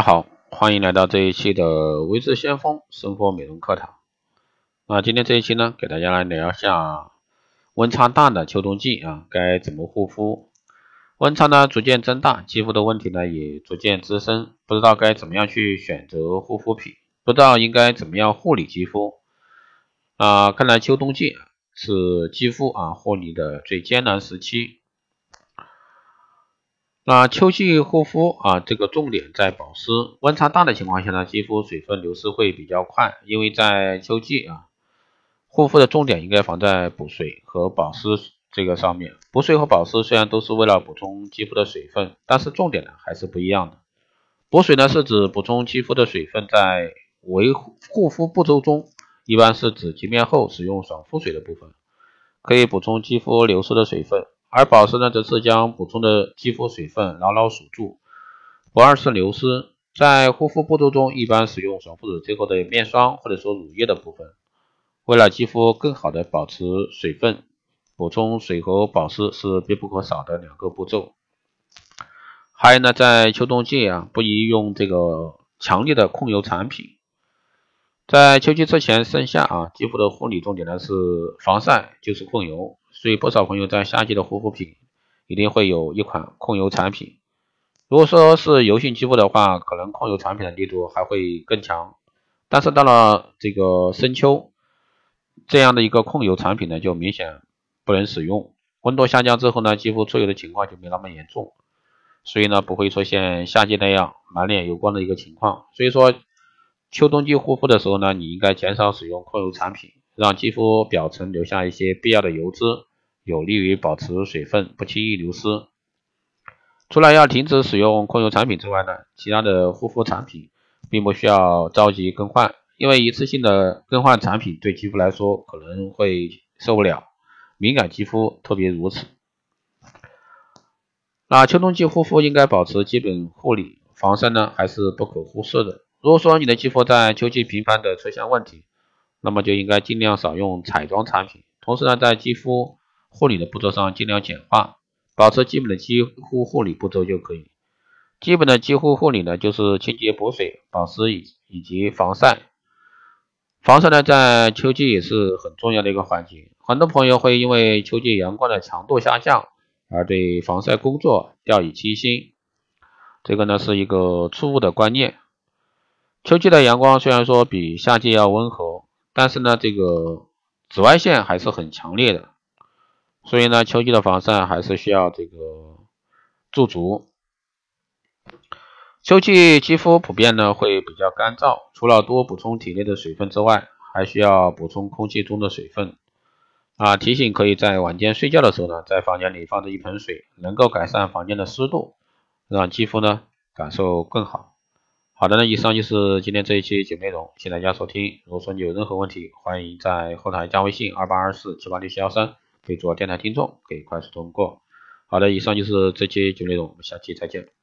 好，欢迎来到这一期的微智先锋生活美容课堂。今天这一期呢，给大家来聊一下温差大的秋冬季该怎么护肤。温差呢逐渐增大，肌肤的问题呢也逐渐滋生，不知道该怎么样去选择护肤品，不知道应该怎么样护理肌肤。看来秋冬季是肌肤护理的最艰难时期。秋季护肤这个重点在保湿。温差大的情况下呢，肌肤水分流失会比较快，因为在秋季护肤的重点应该放在补水和保湿这个上面。补水和保湿虽然都是为了补充肌肤的水分，但是重点呢还是不一样的。补水呢是指补充肌肤的水分，在维护肤步骤中，一般是指洁面后使用爽肤水的部分，可以补充肌肤流失的水分。而保湿呢，则是将补充的肌肤水分牢牢锁住，不二次流失。在护肤步骤中，一般使用爽肤水最后的面霜或者说乳液的部分。为了肌肤更好的保持水分，补充水和保湿是必不可少的两个步骤。还有呢，在秋冬季不宜用这个强烈的控油产品。在秋季之前盛夏肌肤的护理重点呢是防晒就是控油，所以不少朋友在夏季的护肤品一定会有一款控油产品。如果说是油性肌肤的话，可能控油产品的力度还会更强，但是到了这个深秋，这样的一个控油产品呢就明显不能使用。温度下降之后呢，肌肤出油的情况就没那么严重，所以呢不会出现夏季那样满脸油光的一个情况。所以说秋冬季护肤的时候呢，你应该减少使用控油产品，让肌肤表层留下一些必要的油脂，有利于保持水分不轻易流失。除了要停止使用控油产品之外呢，其他的护肤产品并不需要着急更换，因为一次性的更换产品对肌肤来说可能会受不了，敏感肌肤特别如此。秋冬季护肤应该保持基本护理，防晒呢还是不可忽视的。如果说你的肌肤在秋季频繁的出现问题，那么就应该尽量少用彩妆产品，同时呢在肌肤护理的步骤上尽量简化，保持基本的肌肤护理步骤就可以。基本的肌肤护理呢就是清洁补水、保湿以及防晒。防晒呢在秋季也是很重要的一个环节，很多朋友会因为秋季阳光的强度下降而对防晒工作掉以轻心，这个呢是一个错误的观念。秋季的阳光虽然说比夏季要温和，但是呢这个紫外线还是很强烈的，所以呢秋季的防晒还是需要这个驻足。秋季肌肤普遍呢会比较干燥，除了多补充体内的水分之外，还需要补充空气中的水分。提醒可以在晚间睡觉的时候呢，在房间里放着一盆水，能够改善房间的湿度，让肌肤呢感受更好。好的，那以上就是今天这一期节目内容，谢谢大家收听。如果说你有任何问题，欢迎在后台加微信2824786713，备注电台听众，可以快速通过。好的，以上就是这期节目内容，我们下期再见。